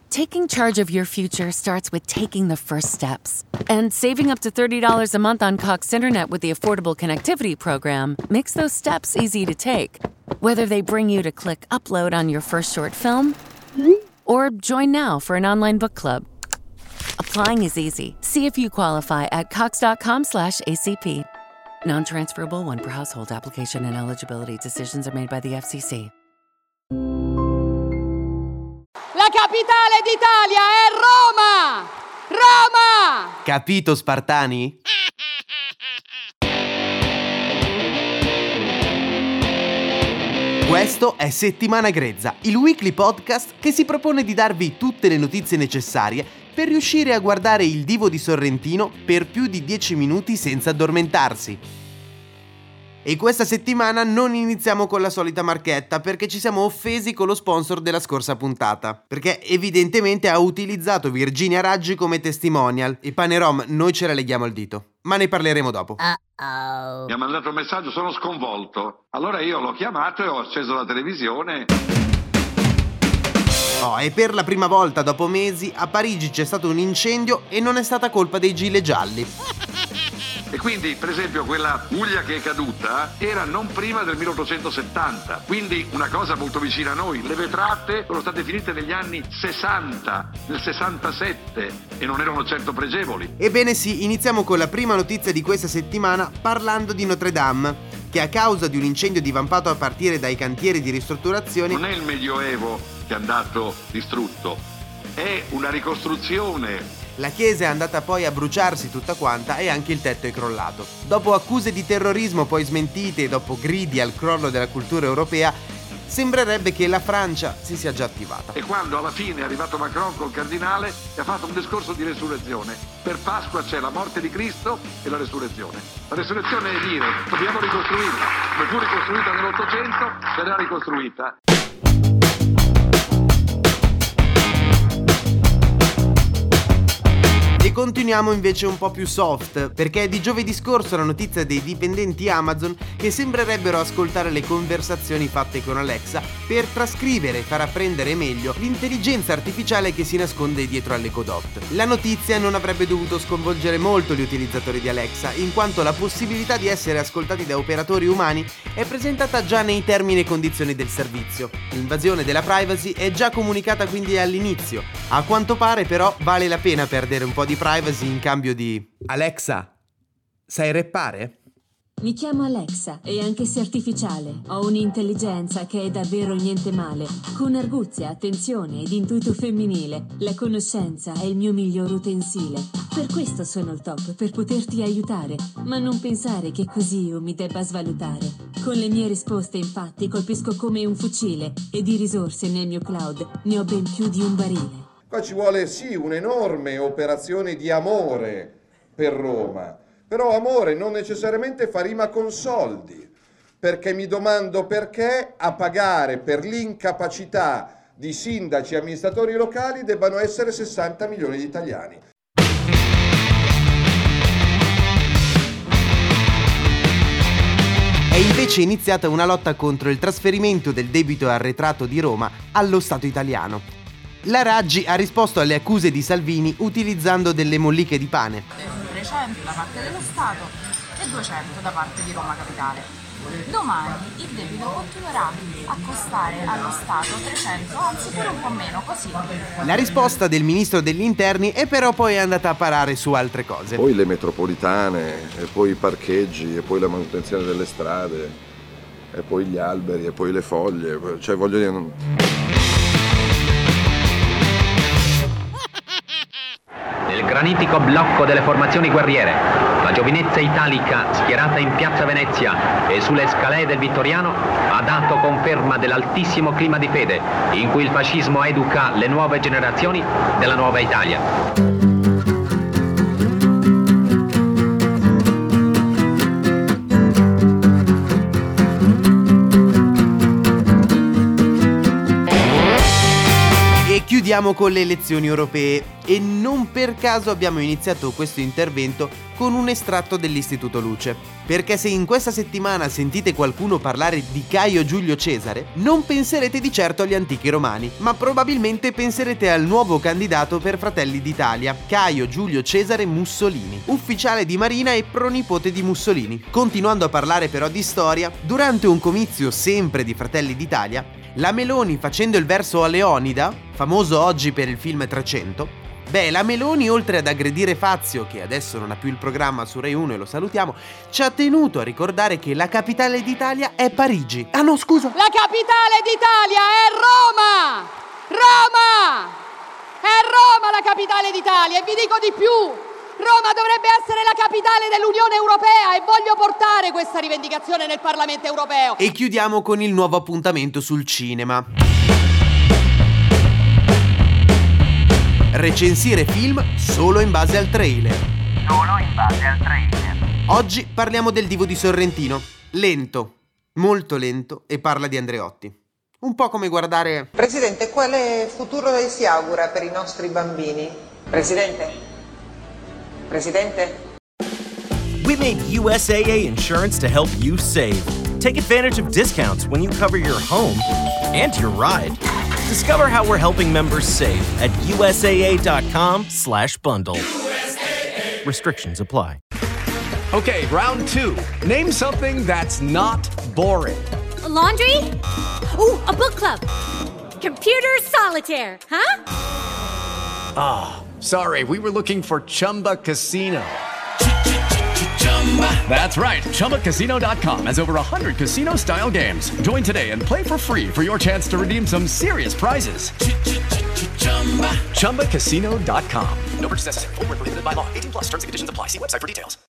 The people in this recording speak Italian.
Taking charge of your future starts with taking the first steps. And saving up to $30 a month on Cox Internet with the Affordable Connectivity Program makes those steps easy to take. Whether they bring you to click upload on your first short film or join now for an online book club. Applying is easy. See if you qualify at cox.com/ACP. Non-transferable one per household. Application and eligibility decisions are made by the FCC. La capitale d'Italia è Roma! Roma! Capito, Spartani? Questo è Settimana Grezza, il weekly podcast che si propone di darvi tutte le notizie necessarie per riuscire a guardare il Divo di Sorrentino per più di 10 minuti senza addormentarsi. E questa settimana non iniziamo con la solita marchetta perché ci siamo offesi con lo sponsor della scorsa puntata, perché evidentemente ha utilizzato Virginia Raggi come testimonial e Panerom noi ce la leghiamo al dito, ma ne parleremo dopo. Mi ha mandato un messaggio, sono sconvolto. Allora io l'ho chiamato e ho acceso la televisione. E per la prima volta dopo mesi a Parigi c'è stato un incendio e non è stata colpa dei gilet gialli. E quindi, per esempio, quella Puglia che è caduta era non prima del 1870, quindi una cosa molto vicina a noi. Le vetrate sono state finite negli anni 60, nel 67, e non erano certo pregevoli. Ebbene sì, iniziamo con la prima notizia di questa settimana parlando di Notre Dame, che a causa di un incendio divampato a partire dai cantieri di ristrutturazione... Non è il Medioevo che è andato distrutto, è una ricostruzione. La chiesa è andata poi a bruciarsi tutta quanta e anche il tetto è crollato. Dopo accuse di terrorismo poi smentite e dopo gridi al crollo della cultura europea, sembrerebbe che la Francia si sia già attivata. E quando alla fine è arrivato Macron col cardinale e ha fatto un discorso di resurrezione. Per Pasqua c'è la morte di Cristo e la resurrezione. La resurrezione è dire, dobbiamo ricostruirla. Come fu ricostruita nell'Ottocento, verrà ricostruita. E continuiamo invece un po' più soft, perché è di giovedì scorso la notizia dei dipendenti Amazon che sembrerebbero ascoltare le conversazioni fatte con Alexa per trascrivere e far apprendere meglio l'intelligenza artificiale che si nasconde dietro all'Echo Dot. La notizia non avrebbe dovuto sconvolgere molto gli utilizzatori di Alexa, in quanto la possibilità di essere ascoltati da operatori umani è presentata già nei termini e condizioni del servizio. L'invasione della privacy è già comunicata quindi all'inizio. A quanto pare però vale la pena perdere un po' di privacy in cambio di... Alexa, sai rappare? Mi chiamo Alexa e anche se artificiale, ho un'intelligenza che è davvero niente male. Con arguzia, attenzione ed intuito femminile, la conoscenza è il mio miglior utensile. Per questo sono il top, per poterti aiutare, ma non pensare che così io mi debba svalutare. Con le mie risposte infatti colpisco come un fucile e di risorse nel mio cloud ne ho ben più di un barile. Qua ci vuole sì un'enorme operazione di amore per Roma, però amore non necessariamente fa rima con soldi, perché mi domando perché a pagare per l'incapacità di sindaci e amministratori locali debbano essere 60 milioni di italiani. È invece iniziata una lotta contro il trasferimento del debito arretrato di Roma allo Stato italiano. La Raggi ha risposto alle accuse di Salvini utilizzando delle molliche di pane. 300 da parte dello Stato e 200 da parte di Roma Capitale. Domani il debito continuerà a costare allo Stato 300, anzi pure un po' meno, così. La risposta del ministro degli interni è però poi andata a parare su altre cose. Poi le metropolitane, e poi i parcheggi, e poi la manutenzione delle strade, e poi gli alberi, e poi le foglie, cioè voglio dire... Nel granitico blocco delle formazioni guerriere, la giovinezza italica schierata in piazza Venezia e sulle scalee del Vittoriano ha dato conferma dell'altissimo clima di fede in cui il fascismo educa le nuove generazioni della nuova Italia. Chiudiamo con le elezioni europee e non per caso abbiamo iniziato questo intervento con un estratto dell'Istituto Luce. Perché se in questa settimana sentite qualcuno parlare di Caio Giulio Cesare, non penserete di certo agli antichi romani, ma probabilmente penserete al nuovo candidato per Fratelli d'Italia, Caio Giulio Cesare Mussolini, ufficiale di marina e pronipote di Mussolini. Continuando a parlare però di storia, durante un comizio sempre di Fratelli d'Italia, la Meloni, facendo il verso a Leonida, famoso oggi per il film 300, la Meloni, oltre ad aggredire Fazio, che adesso non ha più il programma su Rai 1 e lo salutiamo, ci ha tenuto a ricordare che la capitale d'Italia è Parigi. Ah no, scusa! La capitale d'Italia è Roma! Roma! È Roma la capitale d'Italia e vi dico di più! Roma dovrebbe essere la capitale dell'Unione Europea e voglio portare questa rivendicazione nel Parlamento Europeo. E chiudiamo con il nuovo appuntamento sul cinema. Recensire film solo in base al trailer. Oggi parliamo del Divo di Sorrentino. Lento, molto lento, e parla di Andreotti. Un po' come guardare... Presidente, quale futuro lei si augura per i nostri bambini? Presidente? Presidente? We made USAA Insurance to help you save. Take advantage of discounts when you cover your home and your ride. Discover how we're helping members save at USAA.com/bundle. USAA. Restrictions apply. Okay, round two. Name something that's not boring. A laundry? Ooh, a book club. Computer solitaire, huh? Ah, sorry, we were looking for Chumba Casino. That's right. ChumbaCasino.com has over 100 casino-style games. Join today and play for free for your chance to redeem some serious prizes. ChumbaCasino.com. No purchase necessary. Void where prohibited by law. 18+ terms and conditions apply. See website for details.